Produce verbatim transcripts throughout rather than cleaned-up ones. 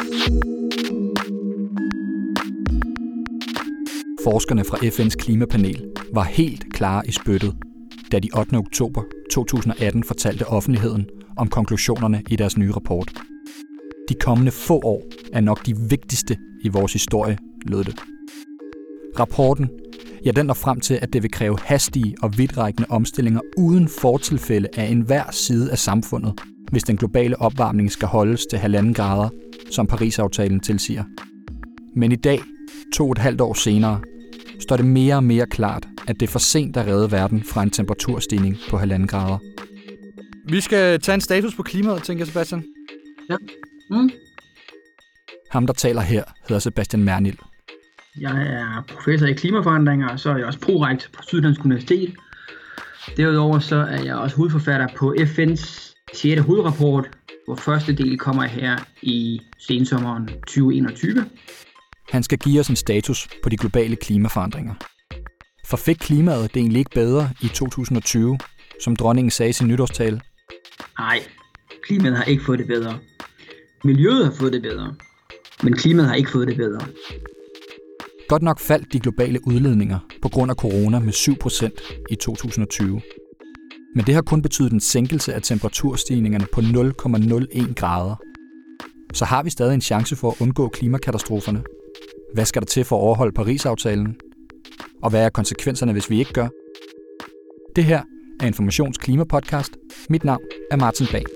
Forskerne fra F N's klimapanel var helt klare i spyttet, da de ottende oktober to tusind og atten fortalte offentligheden om konklusionerne i deres nye rapport. De kommende få år er nok de vigtigste i vores historie, lød det. Rapporten, ja, den når frem til, at det vil kræve hastige og vidtrækkende omstillinger uden fortilfælde af enhver side af samfundet, hvis den globale opvarmning skal holdes til halvanden grader, som Paris-aftalen tilsiger. Men i dag, to og et halvt år senere, står det mere og mere klart, at det er for sent at redde verden fra en temperaturstigning på halvanden grader. Vi skal tage en status på klimaet, tænker Sebastian. Ja. Mm. Ham, der taler her, hedder Sebastian Mernild. Jeg er professor i klimaforandringer, og så er jeg også prorektor på Syddansk Universitet. Derudover så er jeg også hovedforfatter på F N's sjette hovedrapport, hvor første del kommer her i sensommeren tyve enogtyve. Han skal give os en status på de globale klimaforandringer. For fik klimaet det egentlig ikke bedre i to tusind og tyve, som dronningen sagde i sin nytårstale? Nej, klimaet har ikke fået det bedre. Miljøet har fået det bedre, men klimaet har ikke fået det bedre. Godt nok faldt de globale udledninger på grund af corona med syv procent i to tusind og tyve. Men det har kun betydet en sænkelse af temperaturstigningerne på nul komma nul en grader. Så har vi stadig en chance for at undgå klimakatastroferne. Hvad skal der til for at overholde Paris-aftalen? Og hvad er konsekvenserne, hvis vi ikke gør? Det her er Informations Klimapodcast. Mit navn er Martin Bag.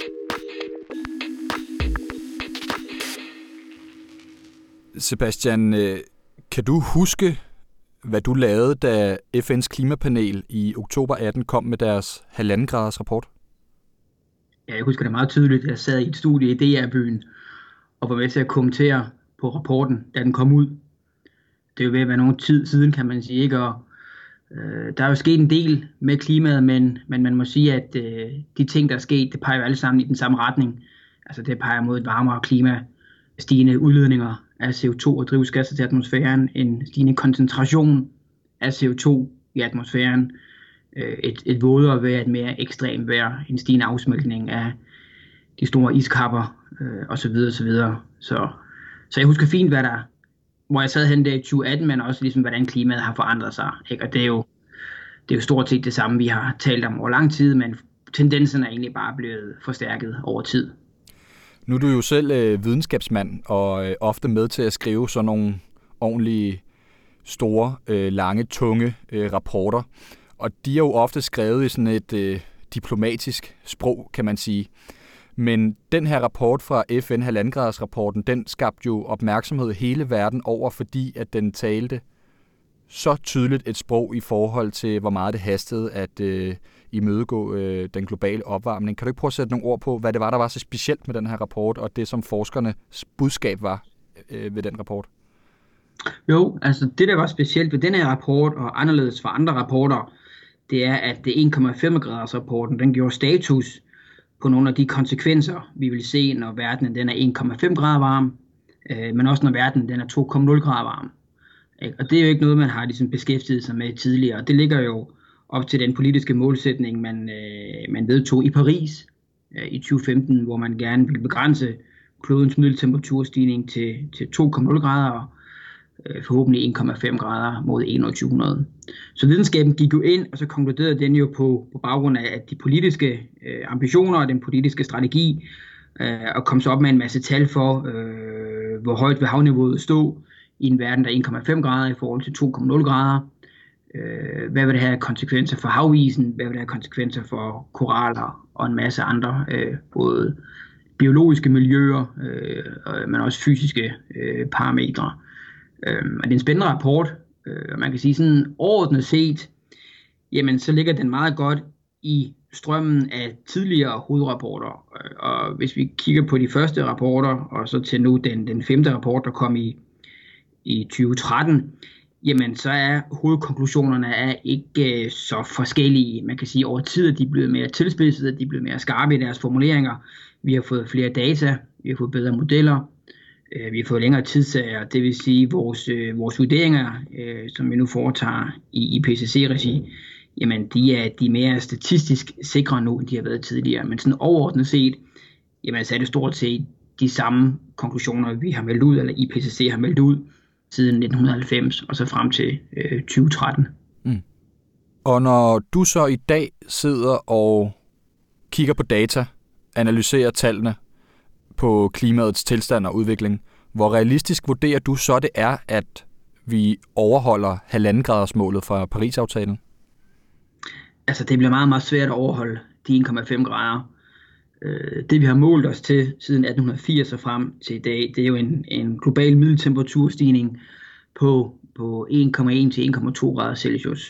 Sebastian, kan du huske, hvad du lavede, da F N's klimapanel i oktober atten kom med deres halvanden graders rapport? Ja, jeg husker det meget tydeligt. Jeg sad i et studie i D R-byen og var med til at kommentere på rapporten, da den kom ud. Det er jo ved at være nogen tid siden, kan man sige, ikke? Og, øh, der er jo sket en del med klimaet, men, men man må sige, at øh, de ting, der er sket, det peger jo alle sammen i den samme retning. Altså det peger mod et varmere klima, stigende udledninger af C O to og drivhusgasser til atmosfæren, en stigende koncentration af C O to i atmosfæren, et, et vådere vejr, et mere ekstremt vejr, en stigende afsmeltning af de store iskapper øh, osv. osv. Så, så jeg husker fint, hvad der, hvor jeg sad hen der i tyve atten, men også ligesom, hvordan klimaet har forandret sig. Ikke? Og det er, jo, det er jo stort set det samme, vi har talt om over lang tid, men tendensen er egentlig bare blevet forstærket over tid. Nu er du jo selv øh, videnskabsmand og øh, ofte med til at skrive sådan nogle ordentlige, store, øh, lange, tunge øh, rapporter. Og de er jo ofte skrevet i sådan et øh, diplomatisk sprog, kan man sige. Men den her rapport fra F N, halvandengradsrapporten, den skabte jo opmærksomhed hele verden over, fordi at den talte så tydeligt et sprog i forhold til, hvor meget det hastede at øh, imødegå øh, den globale opvarmning. Kan du ikke prøve at sætte nogle ord på, hvad det var, der var så specielt med den her rapport, og det, som forskernes budskab var øh, ved den rapport? Jo, altså det, der var specielt ved den her rapport, og anderledes fra andre rapporter, det er, at det en komma fem graders rapporten, den gjorde status på nogle af de konsekvenser, vi vil se, når verden den er en komma fem grader varm, øh, men også når verden den er to komma nul grader varm. Og det er jo ikke noget, man har ligesom beskæftiget sig med tidligere. Det ligger jo op til den politiske målsætning, man, øh, man vedtog i Paris øh, i tyve femten, hvor man gerne ville begrænse klodens middeltemperaturstigning til, til to komma nul grader, øh, forhåbentlig en komma fem grader mod enogtyve hundrede. Så videnskaben gik jo ind, og så konkluderede den jo på, på baggrund af at de politiske øh, ambitioner og den politiske strategi, øh, og kom så op med en masse tal for, øh, hvor højt vil havniveauet stå i en verden, der er en komma fem grader i forhold til to komma nul grader. Øh, hvad vil det have konsekvenser for havisen? Hvad vil det have konsekvenser for koraller og en masse andre, øh, både biologiske miljøer, øh, men også fysiske øh, parametre. Øh, og det er en spændende rapport, øh, og man kan sige sådan overordnet set, jamen så ligger den meget godt i strømmen af tidligere hovedrapporter. Og hvis vi kigger på de første rapporter, og så til nu den, den femte rapport, der kom i i tyve tretten, jamen så er hovedkonklusionerne er ikke øh, så forskellige. Man kan sige, over tid at de er blevet mere tilspidsede, de er blevet mere skarpe i deres formuleringer. Vi har fået flere data, vi har fået bedre modeller, øh, vi har fået længere tidssager, det vil sige vores, øh, vores vurderinger, øh, som vi nu foretager i I P C C-regi, jamen de er, de er mere statistisk sikre nu, end de har været tidligere. Men sådan overordnet set, jamen så er det stort set de samme konklusioner, vi har meldt ud, eller I P C C har meldt ud siden nitten halvfems og så frem til øh, tyve tretten. Mm. Og når du så i dag sidder og kigger på data, analyserer tallene på klimaets tilstand og udvikling, hvor realistisk vurderer du så det er, at vi overholder halvanden graders målet fra Paris-aftalen? Altså det bliver meget, meget svært at overholde de en komma fem grader. Det vi har målt os til siden atten firs og frem til i dag, det er jo en, en global middeltemperaturstigning på, på en komma en til en komma to grader Celsius.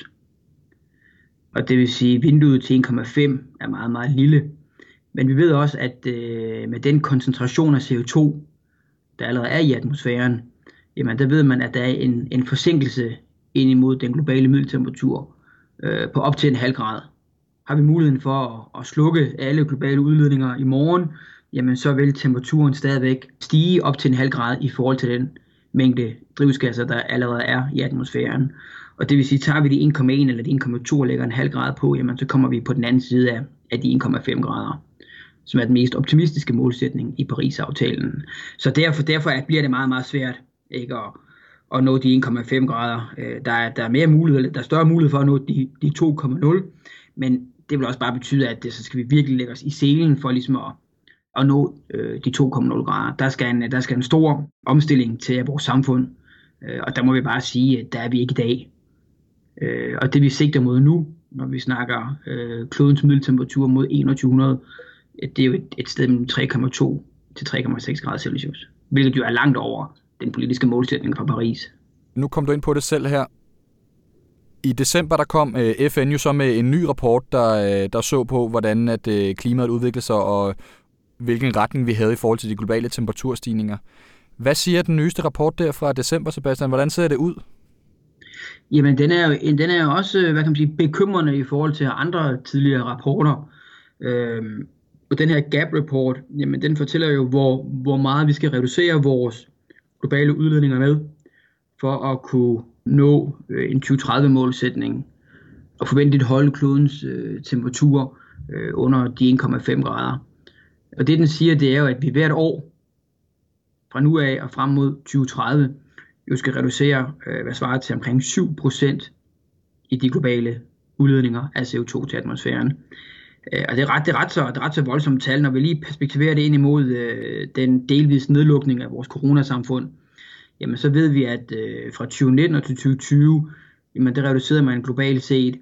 Og det vil sige, at vinduet til en komma fem er meget, meget lille. Men vi ved også, at øh, med den koncentration af C O to, der allerede er i atmosfæren, jamen der ved man, at der er en, en forsinkelse ind imod den globale middeltemperatur øh, på op til en halv grad. Har vi muligheden for at, at slukke alle globale udledninger i morgen, jamen så vil temperaturen stadigvæk stige op til en halv grad i forhold til den mængde drivhusgasser, der allerede er i atmosfæren. Og det vil sige, tager vi de en komma en eller de en komma to og lægger en halv grad på, jamen så kommer vi på den anden side af, af de en komma fem grader, som er den mest optimistiske målsætning i Paris-aftalen. Så derfor, derfor bliver det meget, meget svært ikke, at, at nå de en komma fem grader. Der er, der er mere mulighed, der er større mulighed for at nå de, de to komma nul, men det vil også bare betyde, at det, så skal vi virkelig lægge os i selen for ligesom at, at nå øh, de to komma nul grader. Der skal, en, der skal en stor omstilling til vores samfund, øh, og der må vi bare sige, at der er vi ikke i dag. Øh, og det vi sigter mod nu, når vi snakker øh, klodens middeltemperatur mod enogtyve hundrede, det er jo et, et sted mellem tre komma to til tre komma seks grader Celsius, hvilket jo er langt over den politiske målsætning fra Paris. Nu kom du ind på det selv her. I december der kom øh, F N jo så med en ny rapport, der, øh, der så på, hvordan at, øh, klimaet udviklede sig, og hvilken retning vi havde i forhold til de globale temperaturstigninger. Hvad siger den nyeste rapport der fra december, Sebastian? Hvordan ser det ud? Jamen, den er jo, den er jo også, hvad kan man sige, bekymrende i forhold til andre tidligere rapporter. Øhm, og den her gap-rapport, jamen den fortæller jo, hvor, hvor meget vi skal reducere vores globale udledninger med, for at kunne nå øh, en tyve tredive målsætning og forventeligt holde klodens øh, temperatur øh, under de en komma fem grader. Og det den siger, det er jo, at vi hvert år fra nu af og frem mod tyve tredive jo skal reducere, øh, hvad svarer til omkring syv procent i de globale udledninger af C O to til atmosfæren. Øh, og det er ret, det er ret så, det er ret så voldsomt tal, når vi lige perspektiverer det ind imod øh, den delvis nedlukning af vores coronasamfund. Jamen så ved vi, at øh, fra tyve nitten og til tyve tyve, jamen der reducerede man globalt set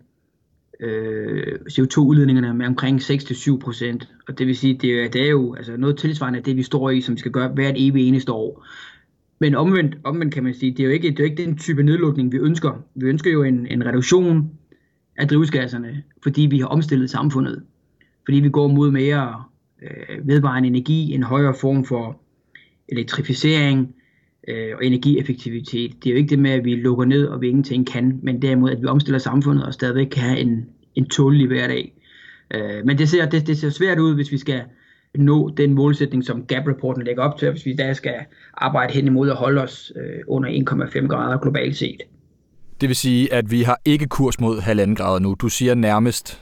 øh, C O to udledningerne med omkring seks til syv procent. Og det vil sige, det er, det er jo altså noget tilsvarende af det, vi står i, som vi skal gøre hvert evig eneste år. Men omvendt, omvendt kan man sige, det er jo ikke, det er jo ikke den type nedlukning, vi ønsker. Vi ønsker jo en, en reduktion af drivhusgasserne, fordi vi har omstillet samfundet. Fordi vi går mod mere øh, vedvarende energi, en højere form for elektrificering øh, og energieffektivitet. Det er jo ikke det med, at vi lukker ned, og vi ingenting kan, men derimod, at vi omstiller samfundet og stadigvæk kan have en, en tålelig hverdag. Øh, men det ser, det, det ser svært ud, hvis vi skal nå den målsætning, som gap-rapporten lægger op til, hvis vi der skal arbejde hen imod at holde os øh, under en komma fem grader globalt set. Det vil sige, at vi har ikke kurs mod halvanden grader nu. Du siger nærmest,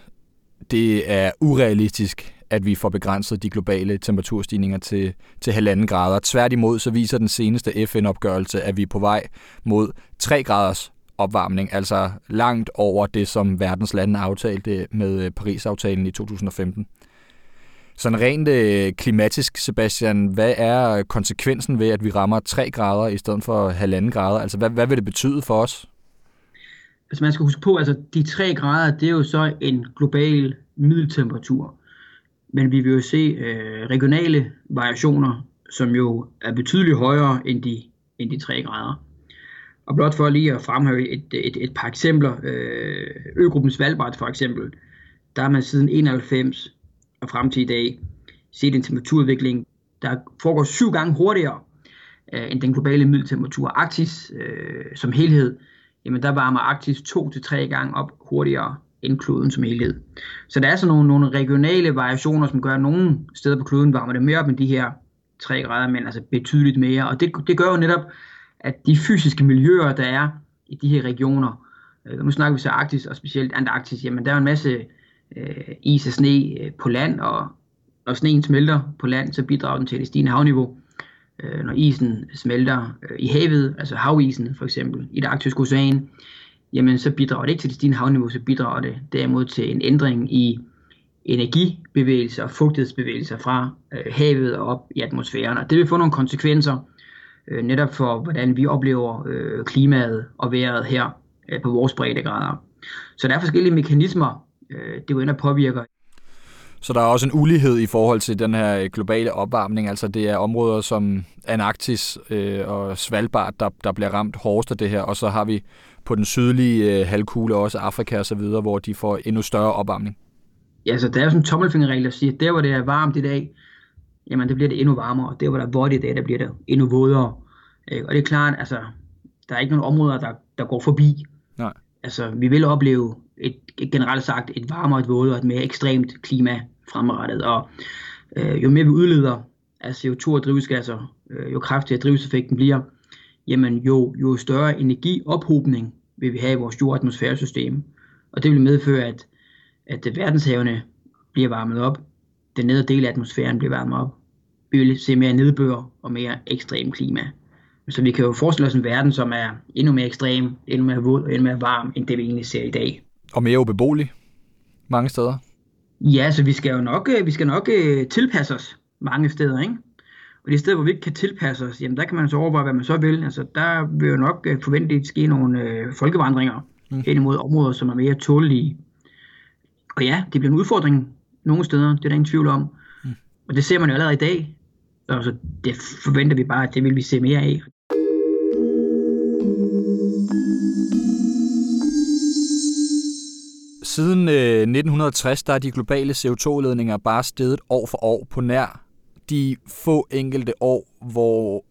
det er urealistisk, at vi får begrænset de globale temperaturstigninger til, til halvanden grader. Tværtimod så viser den seneste F N-opgørelse, at vi er på vej mod tre graders opvarmning, altså langt over det, som verdens lande aftalte med Paris-aftalen i to tusind og femten. Sådan rent øh, klimatisk, Sebastian, hvad er konsekvensen ved, at vi rammer tre grader i stedet for halvanden grader? Altså, hvad, hvad vil det betyde for os? Altså, man skal huske på, altså de tre grader, det er jo så en global middeltemperatur. Men vi vil jo se øh, regionale variationer, som jo er betydeligt højere end de, end de tre grader. Og blot for lige at fremhæve et, et, et par eksempler. Øh, Øgruppen Svalbard for eksempel, der har man siden enoghalvfems og frem til i dag set en temperaturudvikling, der foregår syv gange hurtigere øh, end den globale middeltemperatur. Arktis øh, som helhed, jamen der varmer Arktis to til tre gange op hurtigere end kloden som helhed. Så der er så nogle, nogle regionale variationer, som gør, at nogle steder på kloden varmer det mere op end de her tre grader, men altså betydeligt mere. Og det, det gør jo netop, at de fysiske miljøer, der er i de her regioner, øh, nu snakker vi så Arktis og specielt Antarktis, jamen der er en masse øh, is og sne øh, på land, og Når sneen smelter på land, så bidrager den til det stigende havniveau. Øh, når isen smelter øh, i havet, altså havisen for eksempel, i det arktiske ocean, jamen så bidrager det ikke til det stigende havniveau, så bidrager det derimod til en ændring i energibevægelser og fugtighedsbevægelser fra øh, havet og op i atmosfæren. Og det vil få nogle konsekvenser øh, netop for, hvordan vi oplever øh, klimaet og vejret her øh, på vores breddegrader. Så der er forskellige mekanismer, øh, det går ind og påvirker. Så der er også en ulighed i forhold til den her globale opvarmning, altså det er områder som Antarktis øh, og Svalbard, der, der bliver ramt hårdest af det her, og så har vi på den sydlige øh, halvkugle også Afrika og så videre, hvor de får endnu større opvarmning. Ja, så der er jo sådan en tommelfingerregel, der siger, at der hvor det er varmt i dag, jamen der bliver det endnu varmere, og der hvor der er vådt i dag, der bliver det endnu vådere. Øh, og det er klart, altså der er ikke nogen områder, der, der går forbi. Nej. Altså vi vil opleve et, et generelt sagt et varmere, et vådere, et mere ekstremt klima fremadrettet, og øh, jo mere vi udleder af C O to og drivhusgasser, øh, jo kraftigere drivhuseffekten bliver, jamen jo, jo større energiophobning vil vi have i vores jordatmosfæresystem, og det vil medføre, at, at verdenshavene bliver varmet op, den nedre del af atmosfæren bliver varmet op, vi vil se mere nedbør og mere ekstrem klima. Så vi kan jo forestille os en verden, som er endnu mere ekstrem, endnu mere våd og endnu mere varm, end det vi egentlig ser i dag. Og mere ubeboelig mange steder. Ja, så vi skal jo nok, vi skal nok tilpasse os mange steder, ikke? Og de steder, hvor vi ikke kan tilpasse os, jamen der kan man så overveje, hvad man så vil. Altså der vil jo nok forventeligt ske nogle øh, folkevandringer mm. hen imod områder, som er mere tålelige. Og ja, det bliver en udfordring nogle steder, det er der ingen tvivl om. Mm. Og det ser man jo allerede i dag. Så det forventer vi bare, at det vil vi se mere af. Siden øh, nitten tres, der er de globale C O to udledninger bare steget år for år på nær de få enkelte år, hvor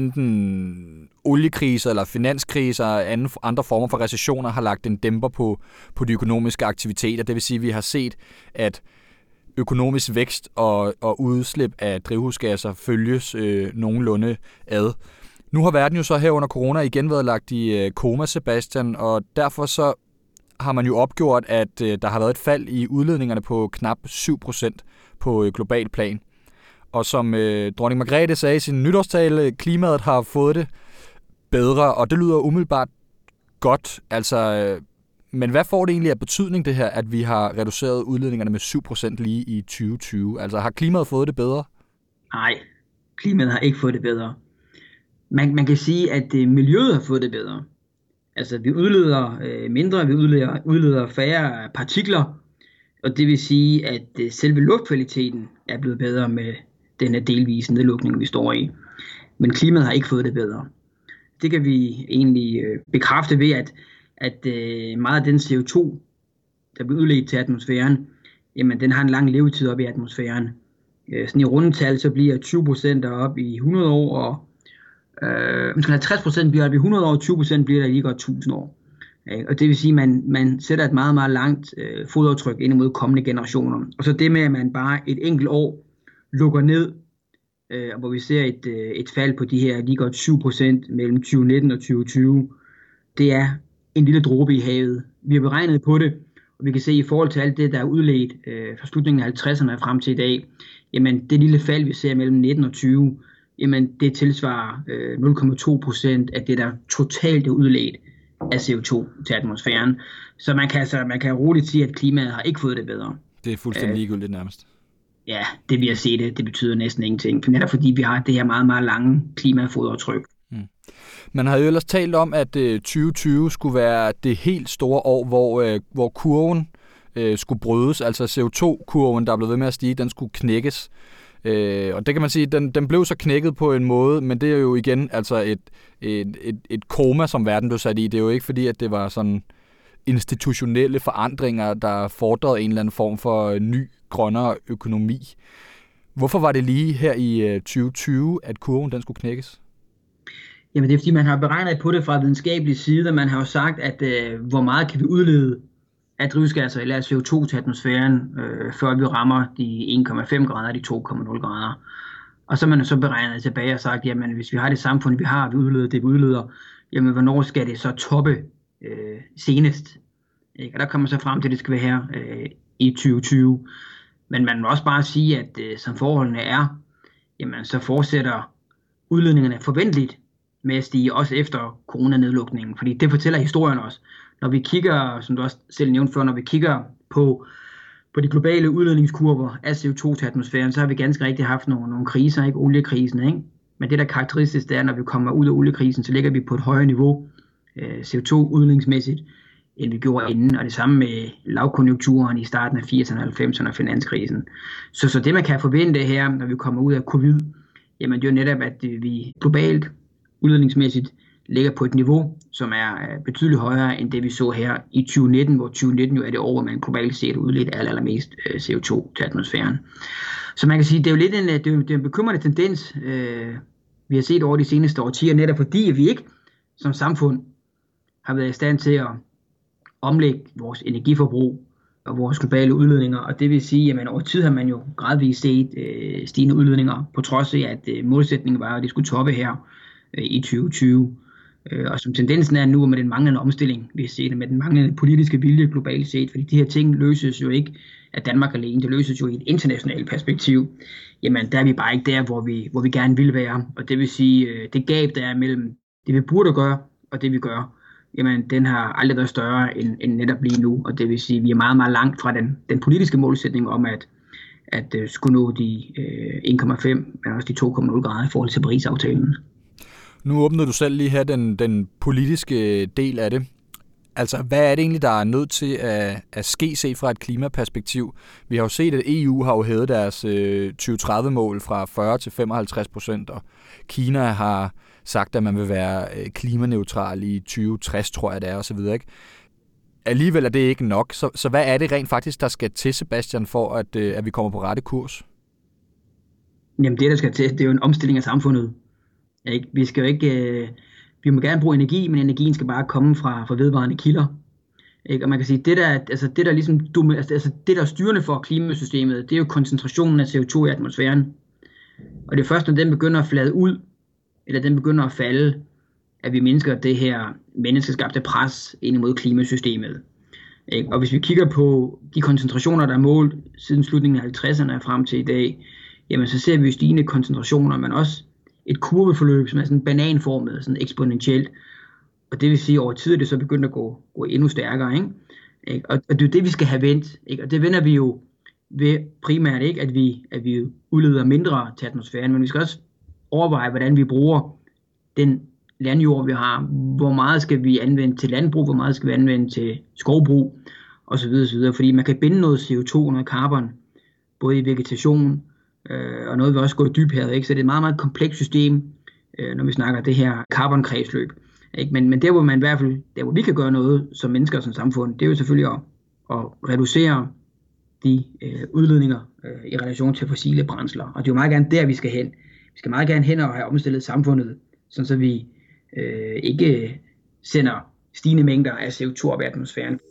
enten oliekriser eller finanskriser og andre former for recessioner har lagt en dæmper på, på de økonomiske aktiviteter. Det vil sige, at vi har set, at økonomisk vækst og, og udslip af drivhusgasser følges øh, nogenlunde ad. Nu har verden jo så her under corona igen været lagt i øh, koma, Sebastian, og derfor så har man jo opgjort, at øh, der har været et fald i udledningerne på knap syv procent på øh, global plan. Og som øh, dronning Margrethe sagde i sin nytårstale, klimaet har fået det bedre, og det lyder umiddelbart godt. Altså, øh, men hvad får det egentlig af betydning det her, at vi har reduceret udledningerne med syv procent lige i tyve tyve? Altså har klimaet fået det bedre? Nej, klimaet har ikke fået det bedre. Man, man kan sige, at øh, miljøet har fået det bedre. Altså vi udleder øh, mindre, vi udleder, udleder færre partikler, og det vil sige, at øh, selve luftkvaliteten er blevet bedre med denne delvise nedlukning, vi står i. Men klimaet har ikke fået det bedre. Det kan vi egentlig øh, bekræfte ved, at, at øh, meget af den C O to, der bliver udledt til atmosfæren, jamen den har en lang levetid op i atmosfæren. Øh, sådan i rundetal, så bliver tyve procent deroppe i hundrede år, og øh, halvtreds procent bliver deroppe i hundrede år, og tyve procent bliver der lige godt tusind år. Øh, og det vil sige, at man, man sætter et meget, meget langt øh, fodaftryk ind imod kommende generationer. Og så det med, at man bare et enkelt år lukker ned, øh, hvor vi ser et, øh, et fald på de her lige godt syv procent mellem tyve nitten og tyve tyve, det er en lille dråbe i havet. Vi har beregnet på det, og vi kan se i forhold til alt det, der er udledt øh, fra slutningen af halvtredserne frem til i dag, jamen det lille fald, vi ser mellem nitten og tyve, jamen det tilsvarer øh, nul komma to procent af det, der totalt er udledt af C O to til atmosfæren. Så man kan, altså, man kan roligt sige, at klimaet har ikke fået det bedre. Det er fuldstændig ligegyldigt nærmest. Ja, det vi har set, det, det betyder næsten ingenting. For netop fordi vi har det her meget, meget lange klimafodretryk. Mm. Man har jo ellers talt om, at øh, tyve tyve skulle være det helt store år, hvor, øh, hvor kurven øh, skulle brydes. Altså C O to kurven, der er blevet ved med at stige, den skulle knækkes. Øh, og det kan man sige, den, den blev så knækket på en måde, men det er jo igen altså et, et, et, et koma, som verden blev sat i. Det er jo ikke fordi, at det var sådan institutionelle forandringer, der fordrede en eller anden form for ny, grønnere økonomi. Hvorfor var det lige her i tyve tyve, at kurven den skulle knækkes? Jamen det er fordi, man har beregnet på det fra videnskabelig side, og man har jo sagt, at øh, hvor meget kan vi udlede af drivhusgasser eller C O to til atmosfæren, øh, før vi rammer de en komma fem grader, de to komma nul grader. Og så har man så beregnet tilbage og sagt, jamen hvis vi har det samfund, vi har, vi udleder det, vi udleder, jamen hvornår skal det så toppe øh, senest? Ikke? Og der kommer så frem til, at det skal være her øh, i tyve tyve. Men man må også bare sige, at øh, som forholdene er, jamen så fortsætter udledningerne forventeligt med at stige, også efter coronanedlukningen. Fordi det fortæller historien også. Når vi kigger, som du også selv nævnte før, når vi kigger på, på de globale udledningskurver af C O to til atmosfæren, så har vi ganske rigtigt haft nogle, nogle kriser, ikke? Oliekrisen, ikke? Men det, der er karakteristisk, det er, når vi kommer ud af oliekrisen, så ligger vi på et højere niveau øh, C O to udledningsmæssigt, end vi gjorde inden, og det samme med lavkonjunkturen i starten af firserne og halvfemserne og finanskrisen. Så, så det, man kan forvente her, når vi kommer ud af covid, jamen det er jo netop, at vi globalt udledningsmæssigt ligger på et niveau, som er betydeligt højere end det, vi så her i tyve nitten, hvor tyve nitten jo er det år, hvor man globalt set udledt aller, allermest C O to til atmosfæren. Så man kan sige, det er jo lidt en, det er jo, det er en bekymrende tendens, øh, vi har set over de seneste årtier, netop fordi vi ikke som samfund har været i stand til at omlægge vores energiforbrug og vores globale udledninger, og det vil sige, at over tid har man jo gradvist set øh, stigende udledninger, på trods af, at øh, målsætningen var, at det skulle toppe her øh, i tyve tyve. Øh, og som tendensen er nu med den manglende omstilling, vi har set med den manglende politiske vilje globalt set, fordi de her ting løses jo ikke af Danmark alene, det løses jo i et internationalt perspektiv. Jamen, der er vi bare ikke der, hvor vi, hvor vi gerne vil være, og det vil sige, øh, det gab, der er mellem det, vi burde gøre, og det, vi gør, jamen den har aldrig været større end, end netop lige nu, og det vil sige, at vi er meget, meget langt fra den, den politiske målsætning om at, at uh, skulle nå de uh, en komma fem, men også de to komma nul grader i forhold til Paris-aftalen. Nu åbnede du selv lige her den, den politiske del af det. Altså, hvad er det egentlig, der er nødt til at, at ske set fra et klimaperspektiv? Vi har jo set, at E U har jo hævet deres øh, tyve tredive-mål fra fyrre til femoghalvtreds procent, og Kina har sagt, at man vil være øh, klimaneutral i tyve tres, tror jeg det er, og så videre, ikke? Alligevel er det ikke nok, så, så hvad er det rent faktisk, der skal til, Sebastian, for at, øh, at vi kommer på rette kurs? Jamen det, der skal til, det er jo en omstilling af samfundet. Ikke? Vi skal jo ikke... Øh... Vi må gerne bruge energi, men energien skal bare komme fra, fra vedvarende kilder. Ikke? Og man kan sige, det der, altså det der ligesom, altså det der er styrende for klimasystemet, det er jo koncentrationen af C O to i atmosfæren. Og det er først, når den begynder at flade ud, eller den begynder at falde, at vi mindsker det her menneskeskabte pres ind imod klimasystemet. Ikke? Og hvis vi kigger på de koncentrationer, der er målt siden slutningen af halvtredserne og frem til i dag, jamen så ser vi jo stigende koncentrationer, men også et kurveforløb, som er sådan bananformet, sådan eksponentielt. Og det vil sige, at over tid er det så begyndt at gå, gå endnu stærkere. Ikke? Og, og det er det, vi skal have vendt. Ikke? Og det vender vi jo ved primært ikke, at vi, at vi udleder mindre til atmosfæren, men vi skal også overveje, hvordan vi bruger den landjord, vi har. Hvor meget skal vi anvende til landbrug, hvor meget skal vi anvende til skovbrug, osv. osv. Fordi man kan binde noget C O to og noget carbon, både i vegetation, og noget vil også gå i dybhavet, ikke? Så det er et meget, meget komplekst system, når vi snakker det her carbonkredsløb. Ikke? Men, men der, hvor man i hvert fald, der hvor vi kan gøre noget som mennesker og som samfund, det er jo selvfølgelig at, at reducere de øh, udledninger øh, i relation til fossile brændsler. Og det er jo meget gerne der, vi skal hen. Vi skal meget gerne hen og have omstillet samfundet, sådan så vi øh, ikke sender stigende mængder af C O to op i atmosfæren.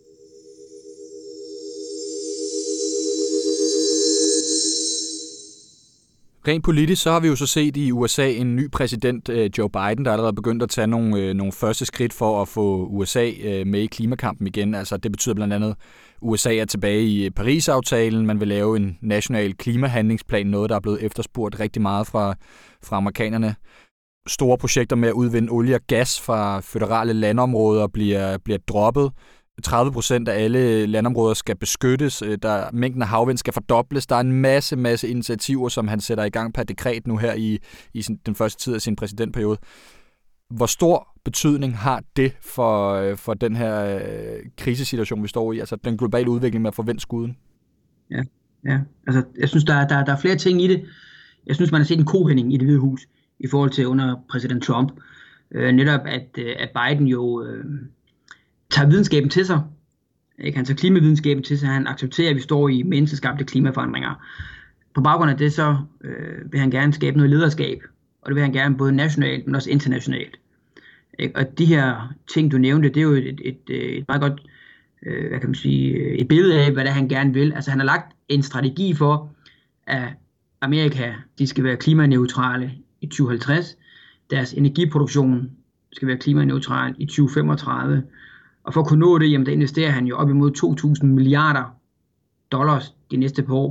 Rent politisk, så har vi jo så set i U S A en ny præsident, Joe Biden, der allerede begyndt at tage nogle, nogle første skridt for at få U S A med i klimakampen igen. Altså det betyder blandt andet, at U S A er tilbage i Paris-aftalen. Man vil lave en national klimahandlingsplan, noget der er blevet efterspurgt rigtig meget fra, fra amerikanerne. Store projekter med at udvinde olie og gas fra føderale landområder bliver, bliver droppet. tredive procent af alle landområder skal beskyttes, der, mængden af havvind skal fordobles. Der er en masse, masse initiativer, som han sætter i gang per dekret nu her i, i sin, den første tid af sin præsidentperiode. Hvor stor betydning har det for, for den her øh, krisesituation, vi står i, altså den globale udvikling med at forvente skuden? Ja, ja. Altså, jeg synes, der, der, der er flere ting i det. Jeg synes, man har set en kovending i Det Hvide Hus i forhold til under præsident Trump. Øh, netop, at, at Biden jo... Øh, tager videnskaben til sig. Ikke? Han tager klimavidenskaben til sig. Han accepterer, at vi står i menneskeskabte klimaforandringer. På baggrund af det, så øh, vil han gerne skabe noget lederskab. Og det vil han gerne både nationalt, men også internationalt. Ikke? Og de her ting, du nævnte, det er jo et, et, et meget godt øh, hvad kan man sige, et billede af, hvad det er, han gerne vil. Altså han har lagt en strategi for, at Amerika de skal være klimaneutrale i tyve halvtreds. Deres energiproduktion skal være klimaneutral i tyve femogtredive. Og for at kunne nå det, jamen, der investerer han jo op imod to tusind milliarder dollars de næste par år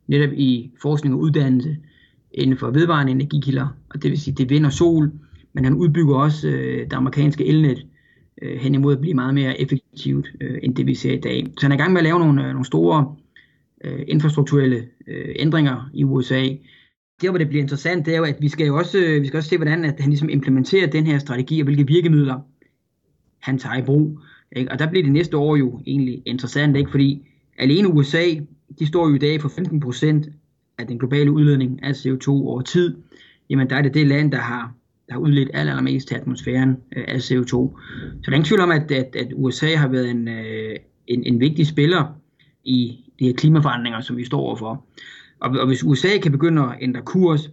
netop i forskning og uddannelse inden for vedvarende energikilder, og det vil sige, det er vind og sol, men han udbygger også øh, det amerikanske elnet øh, hen imod at blive meget mere effektivt, øh, end det vi ser i dag. Så han er i gang med at lave nogle, øh, nogle store øh, infrastrukturelle øh, ændringer i U S A. Der, hvor det bliver interessant, det er jo, at vi skal jo også, øh, vi skal også se, hvordan at han ligesom implementerer den her strategi, og hvilke virkemidler han tager i brug. Ikke? Og der bliver det næste år jo egentlig interessant, ikke? Fordi alene U S A, de står jo i dag for femten procent af den globale udledning af C O to over tid. Jamen der er det det land, der har, der har udledt aller, allermest til atmosfæren øh, af C O to. Så der er ingen tvivl om, at, at, at U S A har været en, øh, en, en vigtig spiller i de her klimaforandringer, som vi står overfor. Og, og hvis U S A kan begynde at ændre kurs,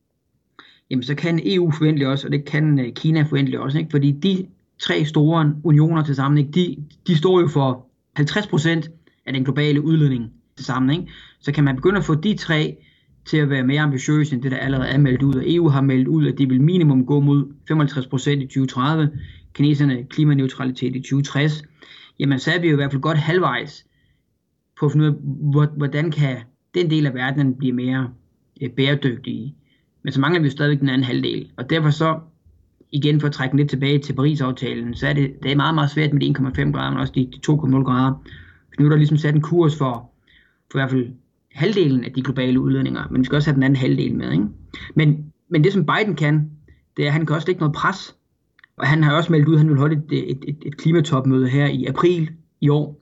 jamen så kan E U forventeligt også, og det kan øh, Kina forventeligt også, ikke? Fordi de tre store unioner til sammen, ikke? De, de står jo for halvtreds procent af den globale udledning til sammen. Ikke? Så kan man begynde at få de tre til at være mere ambitiøse end det, der allerede er meldt ud. Og E U har meldt ud, at de vil minimum gå mod femoghalvtreds procent i tyve tredive, kineserne klimaneutralitet i tyve tres. Jamen så er vi jo i hvert fald godt halvvejs på at finde ud af, hvordan kan den del af verden blive mere bæredygtig. Men så mangler vi jo stadigvæk den anden halvdel. Og derfor så, igen for at trække lidt tilbage til Paris-aftalen, så er det, det er meget, meget svært med de en komma fem grader, men også de, de to komma nul grader. For nu er der ligesom sat en kurs for, for i hvert fald halvdelen af de globale udledninger, men vi skal også have den anden halvdel med. Ikke? Men, men det som Biden kan, det er, at han kan også lægge noget pres. Og han har også meldt ud, at han vil holde et, et, et, et klimatopmøde her i april i år.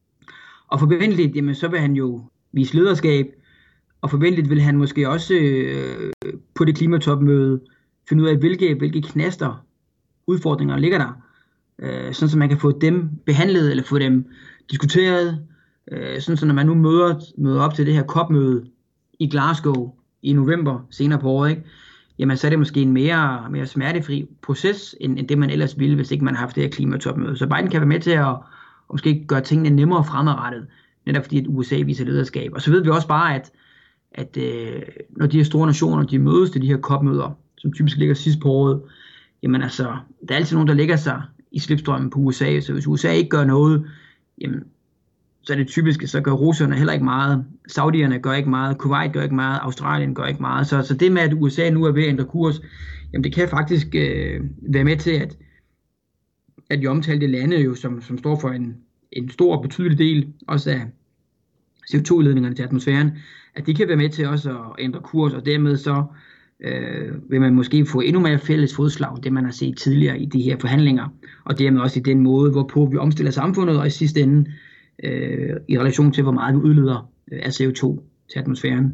Og forventeligt, jamen, så vil han jo vise lederskab, og forventeligt vil han måske også øh, på det klimatopmøde finde ud af, hvilke, hvilke knaster, udfordringer ligger der, øh, sådan så man kan få dem behandlet, eller få dem diskuteret, øh, sådan så når man nu møder, møder op til det her C O P-møde i Glasgow i november senere på året, ikke? Jamen så er det måske en mere, mere smertefri proces, end, end det man ellers ville, hvis ikke man har haft det her klimatopmøde. Så Biden kan være med til at, at måske gøre tingene nemmere fremadrettet, netop fordi at U S A viser lederskab. Og så ved vi også bare, at, at øh, når de her store nationer, de mødes til de her C O P-møder, som typisk ligger sidst på året, jamen altså, der er altid nogen, der lægger sig i slipstrømmen på U S A, så hvis U S A ikke gør noget, jamen, så er det typisk, så gør russerne heller ikke meget, saudierne gør ikke meget, Kuwait gør ikke meget, Australien gør ikke meget, så, så det med, at U S A nu er ved at ændre kurs, jamen det kan faktisk øh, være med til, at, at de omtalte lande, jo, som, som står for en, en stor og betydelig del, også af C O to udledningerne til atmosfæren, at de kan være med til også at ændre kurs, og dermed så øh, vil man måske få endnu mere fælles fodslag, det man har set tidligere i de her forhandlinger, og dermed også i den måde, hvorpå vi omstiller samfundet, og i sidste ende øh, i relation til, hvor meget vi udleder øh, af C O to til atmosfæren.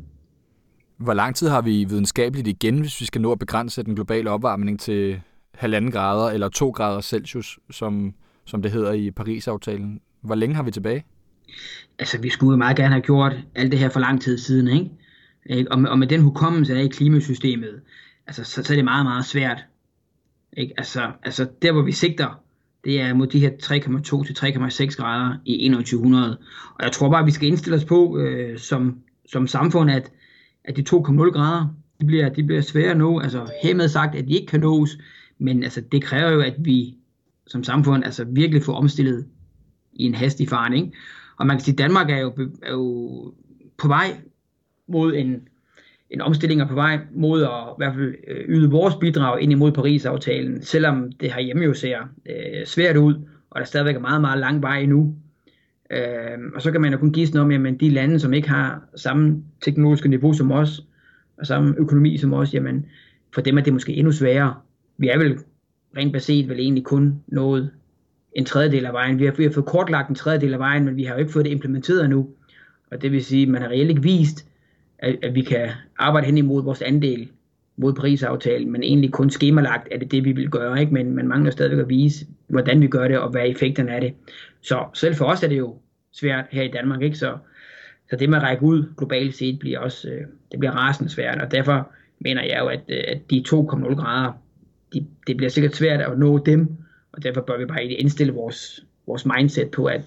Hvor lang tid har vi videnskabeligt igen, hvis vi skal nå at begrænse den globale opvarmning til halvanden grader eller to grader Celsius, som, som det hedder i Paris-aftalen? Hvor længe har vi tilbage? Altså, vi skulle jo meget gerne have gjort alt det her for lang tid siden, ikke? Og med, og med den hukommelse af i klimasystemet, altså, så, så er det meget, meget svært. Ikke? Altså, altså, der hvor vi sigter, det er mod de her tre komma to til tre komma seks grader i enogtyve hundrede. Og jeg tror bare, at vi skal indstille os på øh, som, som samfund, at, at de to komma nul grader, de bliver, de bliver svære at nå. Altså, hermed sagt, at de ikke kan nås, men altså, det kræver jo, at vi som samfund altså, virkelig får omstillet i en hastig fart, ikke? Og man kan sige, at Danmark er jo, er jo på vej mod en, en omstilling, og på vej mod at i hvert fald yde vores bidrag ind imod Paris-aftalen, selvom det herhjemme jo ser øh, svært ud, og der stadigvæk er meget, meget lang vej endnu. Øh, og så kan man jo kun gisne om, jamen de lande, som ikke har samme teknologiske niveau som os, og samme økonomi som os, jamen for dem er det måske endnu sværere. Vi er vel rent baseret vel egentlig kun nået en tredjedel af vejen. Vi har, vi har fået kortlagt en tredjedel af vejen, men vi har jo ikke fået det implementeret nu. Og det vil sige, at man har reelt ikke vist, at, at vi kan arbejde hen imod vores andel mod Paris-aftalen, men egentlig kun skemalagt er det det, vi vil gøre, ikke? Men man mangler stadigvæk at vise, hvordan vi gør det, og hvad effekterne af det. Så selv for os er det jo svært her i Danmark, ikke? Så, så det med at række ud globalt set bliver også, det bliver rasende svært, og derfor mener jeg jo, at, at de to komma nul grader, de, det bliver sikkert svært at nå dem, og derfor bør vi bare indstille vores, vores mindset på, at,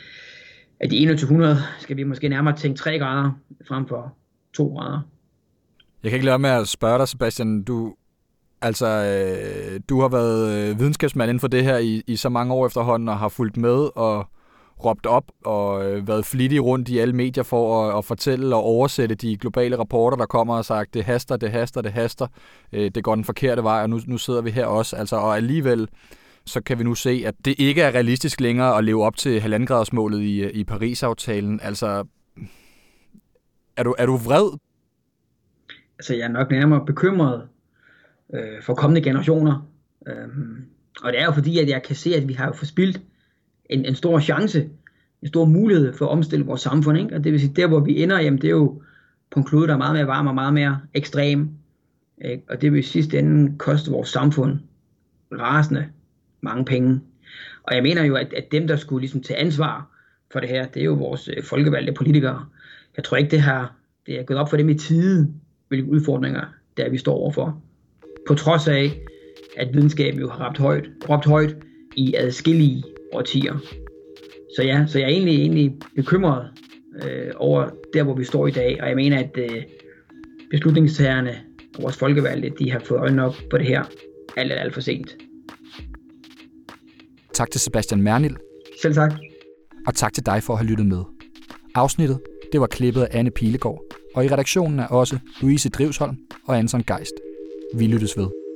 at i enogtyve hundrede skal vi måske nærmere tænke tre grader frem for to grader. Jeg kan ikke lade med at spørge dig, Sebastian. Du, altså, øh, du har været videnskabsmand inden for det her i, i så mange år efterhånden, og har fulgt med og råbt op og øh, været flittig rundt i alle medier for at, at fortælle og oversætte de globale rapporter, der kommer og sagt, det haster, det haster, det haster, øh, det går den forkerte vej, og nu, nu sidder vi her også. Altså, og alligevel så kan vi nu se, at det ikke er realistisk længere at leve op til halvandengradersmålet i, i Paris-aftalen. Altså, er du, er du vred? Altså, jeg er nok nærmere bekymret øh, for kommende generationer. Øhm, og det er jo fordi, at jeg kan se, at vi har forspildt en, en stor chance, en stor mulighed for at omstille vores samfund. Ikke? Og det vil sige, der hvor vi ender, jamen, det er jo på en klode, der er meget mere varm og meget mere ekstrem. Ikke? Og det vil i sidste ende koste vores samfund rasende mange penge. Og jeg mener jo, at, at dem, der skulle ligesom tage ansvar for det her, det er jo vores øh, folkevalgte politikere. Jeg tror ikke, det her det er gået op for dem i tide, hvilke udfordringer der vi står overfor. På trods af, at videnskaben jo har råbt højt, råbt højt i adskillige årtier. Så ja, så jeg er egentlig, egentlig bekymret øh, over der, hvor vi står i dag, og jeg mener, at øh, beslutningstagerne og vores folkevalgte, de har fået øjnene op på det her alt, alt, alt for sent. Tak til Sebastian Mernil. Selv tak. Og tak til dig for at have lyttet med. Afsnittet, det var klippet af Anne Pilegaard, og i redaktionen er også Louise Drivsholm og Anton Geist. Vi lyttes ved.